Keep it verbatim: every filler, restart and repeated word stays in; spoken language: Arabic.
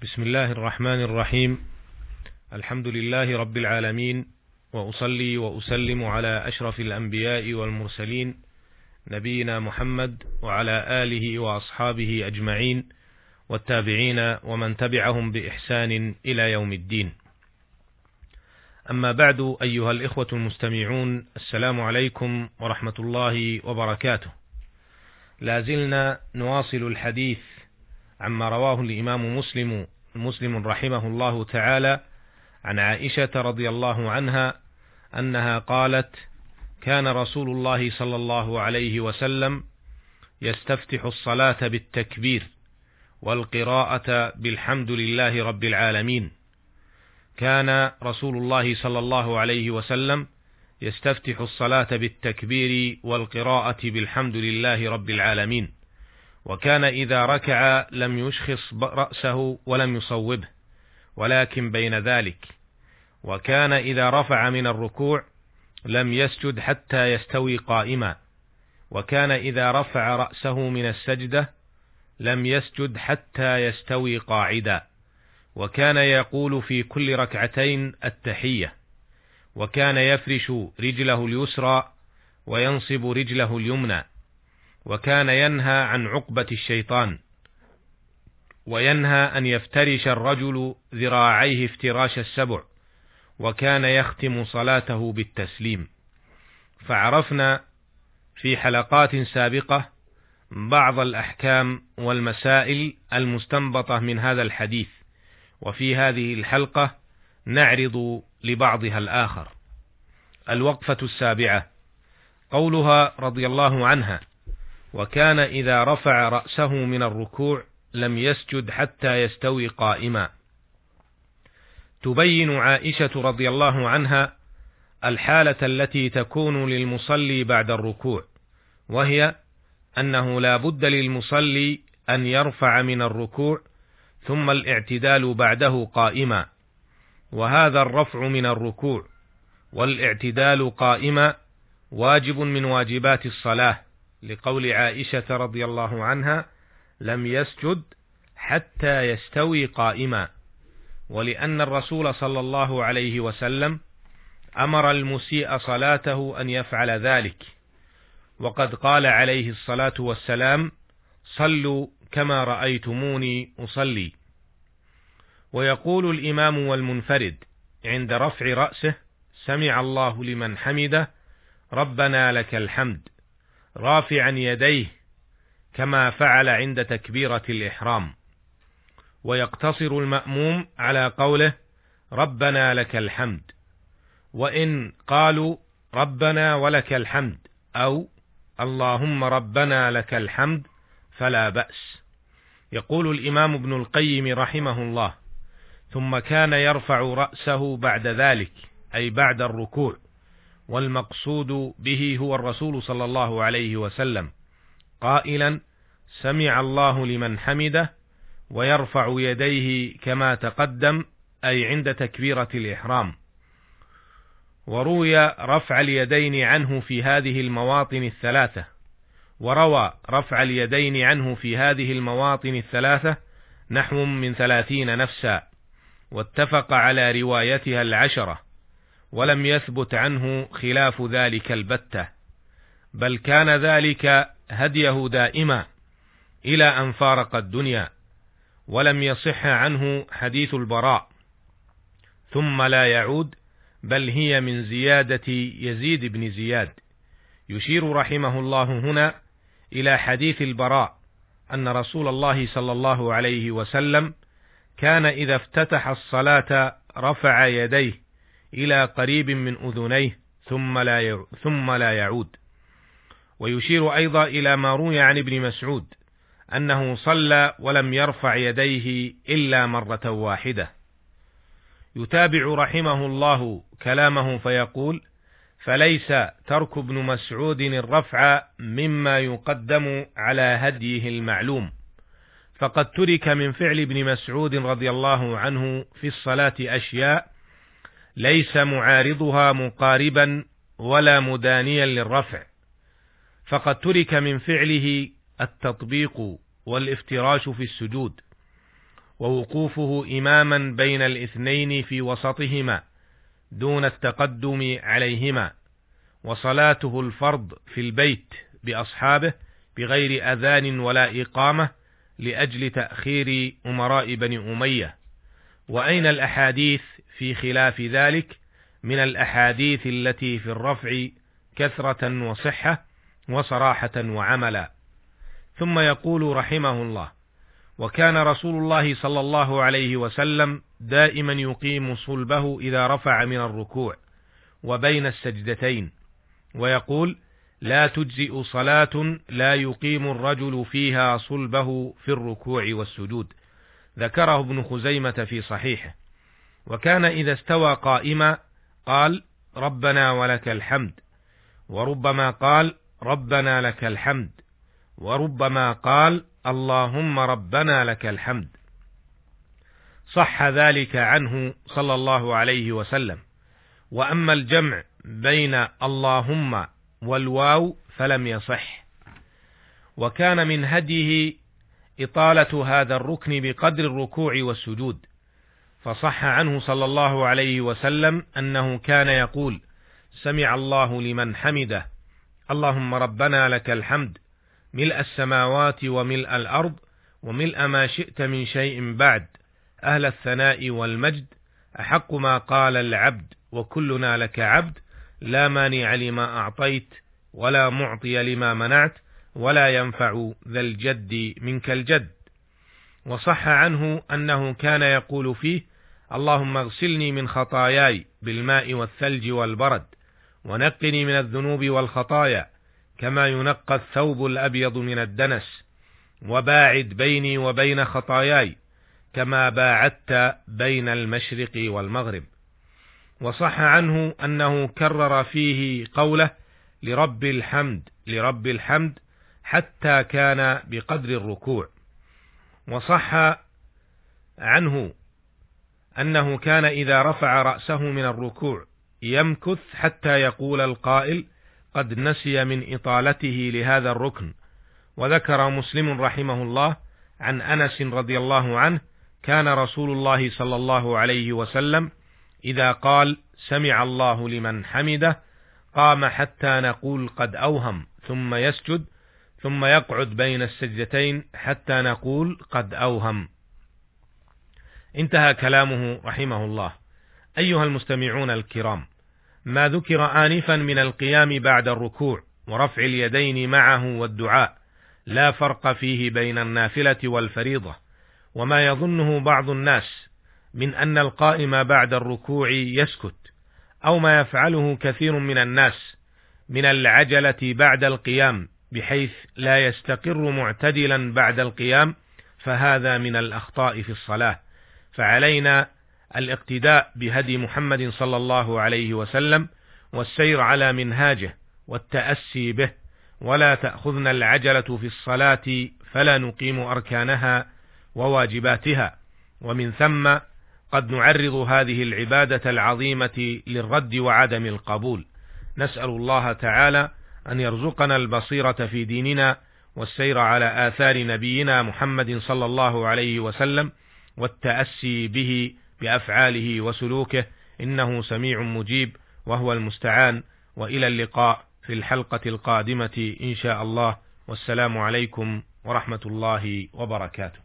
بسم الله الرحمن الرحيم. الحمد لله رب العالمين، وأصلي وأسلم على أشرف الأنبياء والمرسلين نبينا محمد وعلى آله وأصحابه أجمعين والتابعين ومن تبعهم بإحسان إلى يوم الدين. أما بعد، أيها الإخوة المستمعون، السلام عليكم ورحمة الله وبركاته. لازلنا نواصل الحديث عما رواه الإمام مسلم مسلم رحمه الله تعالى عن عائشة رضي الله عنها أنها قالت: كان رسول الله صلى الله عليه وسلم يستفتح الصلاة بالتكبير والقراءة بالحمد لله رب العالمين. كان رسول الله صلى الله عليه وسلم يستفتح الصلاة بالتكبير والقراءة بالحمد لله رب العالمين، وكان إذا ركع لم يشخص رأسه ولم يصوبه ولكن بين ذلك، وكان إذا رفع من الركوع لم يسجد حتى يستوي قائما، وكان إذا رفع رأسه من السجدة لم يسجد حتى يستوي قاعدا، وكان يقول في كل ركعتين التحية، وكان يفرش رجله اليسرى وينصب رجله اليمنى، وكان ينهى عن عقبة الشيطان، وينهى أن يفترش الرجل ذراعيه افتراش السبع، وكان يختم صلاته بالتسليم. فعرفنا في حلقات سابقة بعض الأحكام والمسائل المستنبطة من هذا الحديث، وفي هذه الحلقة نعرض لبعضها الآخر. الوقفة السابعة، قولها رضي الله عنها: وكان إذا رفع رأسه من الركوع لم يسجد حتى يستوي قائما. تبين عائشة رضي الله عنها الحالة التي تكون للمصلي بعد الركوع، وهي أنه لا بد للمصلي أن يرفع من الركوع ثم الاعتدال بعده قائما، وهذا الرفع من الركوع والاعتدال قائما واجب من واجبات الصلاة، لقول عائشة رضي الله عنها: لم يسجد حتى يستوي قائما، ولأن الرسول صلى الله عليه وسلم أمر المسيء صلاته أن يفعل ذلك، وقد قال عليه الصلاة والسلام: صلوا كما رأيتموني أصلي. ويقول الإمام والمنفرد عند رفع رأسه: سمع الله لمن حمده، ربنا لك الحمد، رافعا يديه كما فعل عند تكبيرة الإحرام. ويقتصر المأموم على قوله: ربنا لك الحمد، وإن قالوا ربنا ولك الحمد أو اللهم ربنا لك الحمد فلا بأس. يقول الإمام ابن القيم رحمه الله: ثم كان يرفع رأسه بعد ذلك، أي بعد الركوع، والمقصود به هو الرسول صلى الله عليه وسلم، قائلا: سمع الله لمن حمده، ويرفع يديه كما تقدم، أي عند تكبيرة الإحرام. وروي رفع اليدين عنه في هذه المواطن الثلاثة وروى رفع اليدين عنه في هذه المواطن الثلاثة نحو من ثلاثين نفسا، واتفق على روايتها العشرة، ولم يثبت عنه خلاف ذلك البتة، بل كان ذلك هديه دائما إلى أن فارق الدنيا، ولم يصح عنه حديث البراء ثم لا يعود، بل هي من زيادة يزيد بن زياد. يشير رحمه الله هنا إلى حديث البراء أن رسول الله صلى الله عليه وسلم كان إذا افتتح الصلاة رفع يديه إلى قريب من أذنيه ثم لا ثم لا يعود. ويشير أيضا إلى ما روي عن ابن مسعود أنه صلى ولم يرفع يديه إلا مرة واحدة. يتابع رحمه الله كلامه فيقول: فليس ترك ابن مسعود الرفع مما يقدم على هديه المعلوم، فقد ترك من فعل ابن مسعود رضي الله عنه في الصلاة أشياء ليس معارضها مقاربا ولا مدانيا للرفع، فقد ترك من فعله التطبيق والافتراش في السجود، ووقوفه إماما بين الاثنين في وسطهما دون التقدم عليهما، وصلاته الفرض في البيت بأصحابه بغير أذان ولا إقامة لأجل تأخير أمراء بني أمية. وأين الأحاديث في خلاف ذلك من الأحاديث التي في الرفع كثرة وصحة وصراحة وعملا؟ ثم يقول رحمه الله: وكان رسول الله صلى الله عليه وسلم دائما يقيم صلبه إذا رفع من الركوع وبين السجدتين، ويقول: لا تجزئ صلاة لا يقيم الرجل فيها صلبه في الركوع والسجود. ذكره ابن خزيمة في صحيحه. وكان إذا استوى قائما قال: ربنا ولك الحمد، وربما قال: ربنا لك الحمد، وربما قال: اللهم ربنا لك الحمد. صح ذلك عنه صلى الله عليه وسلم. وأما الجمع بين اللهم والواو فلم يصح. وكان من هديه إطالة هذا الركن بقدر الركوع والسجود، فصح عنه صلى الله عليه وسلم أنه كان يقول: سمع الله لمن حمده، اللهم ربنا لك الحمد ملء السماوات وملء الأرض وملء ما شئت من شيء بعد، أهل الثناء والمجد، أحق ما قال العبد وكلنا لك عبد، لا مانع لما أعطيت ولا معطي لما منعت ولا ينفع ذا الجد منك الجد. وصح عنه أنه كان يقول فيه: اللهم اغسلني من خطاياي بالماء والثلج والبرد، ونقني من الذنوب والخطايا كما ينقى الثوب الأبيض من الدنس، وباعد بيني وبين خطاياي كما باعدت بين المشرق والمغرب. وصح عنه أنه كرر فيه قوله: لرب الحمد لرب الحمد، حتى كان بقدر الركوع. وصح عنه أنه كان إذا رفع رأسه من الركوع يمكث حتى يقول القائل: قد نسي من إطالته لهذا الركن. وذكر مسلم رحمه الله عن أنس رضي الله عنه: كان رسول الله صلى الله عليه وسلم إذا قال: سمع الله لمن حمده قام حتى نقول قد أوهم، ثم يسجد، ثم يقعد بين السجدتين حتى نقول قد أوهم. انتهى كلامه رحمه الله. أيها المستمعون الكرام، ما ذكر آنفا من القيام بعد الركوع ورفع اليدين معه والدعاء لا فرق فيه بين النافلة والفريضة، وما يظنه بعض الناس من أن القائم بعد الركوع يسكت، أو ما يفعله كثير من الناس من العجلة بعد القيام بحيث لا يستقر معتدلا بعد القيام، فهذا من الأخطاء في الصلاة. فعلينا الاقتداء بهدي محمد صلى الله عليه وسلم والسير على منهاجه والتأسي به، ولا تأخذنا العجلة في الصلاة فلا نقيم أركانها وواجباتها، ومن ثم قد نعرض هذه العبادة العظيمة للرد وعدم القبول. نسأل الله تعالى أن يرزقنا البصيرة في ديننا والسير على آثار نبينا محمد صلى الله عليه وسلم والتأسي به بأفعاله وسلوكه، إنه سميع مجيب وهو المستعان. وإلى اللقاء في الحلقة القادمة إن شاء الله، والسلام عليكم ورحمة الله وبركاته.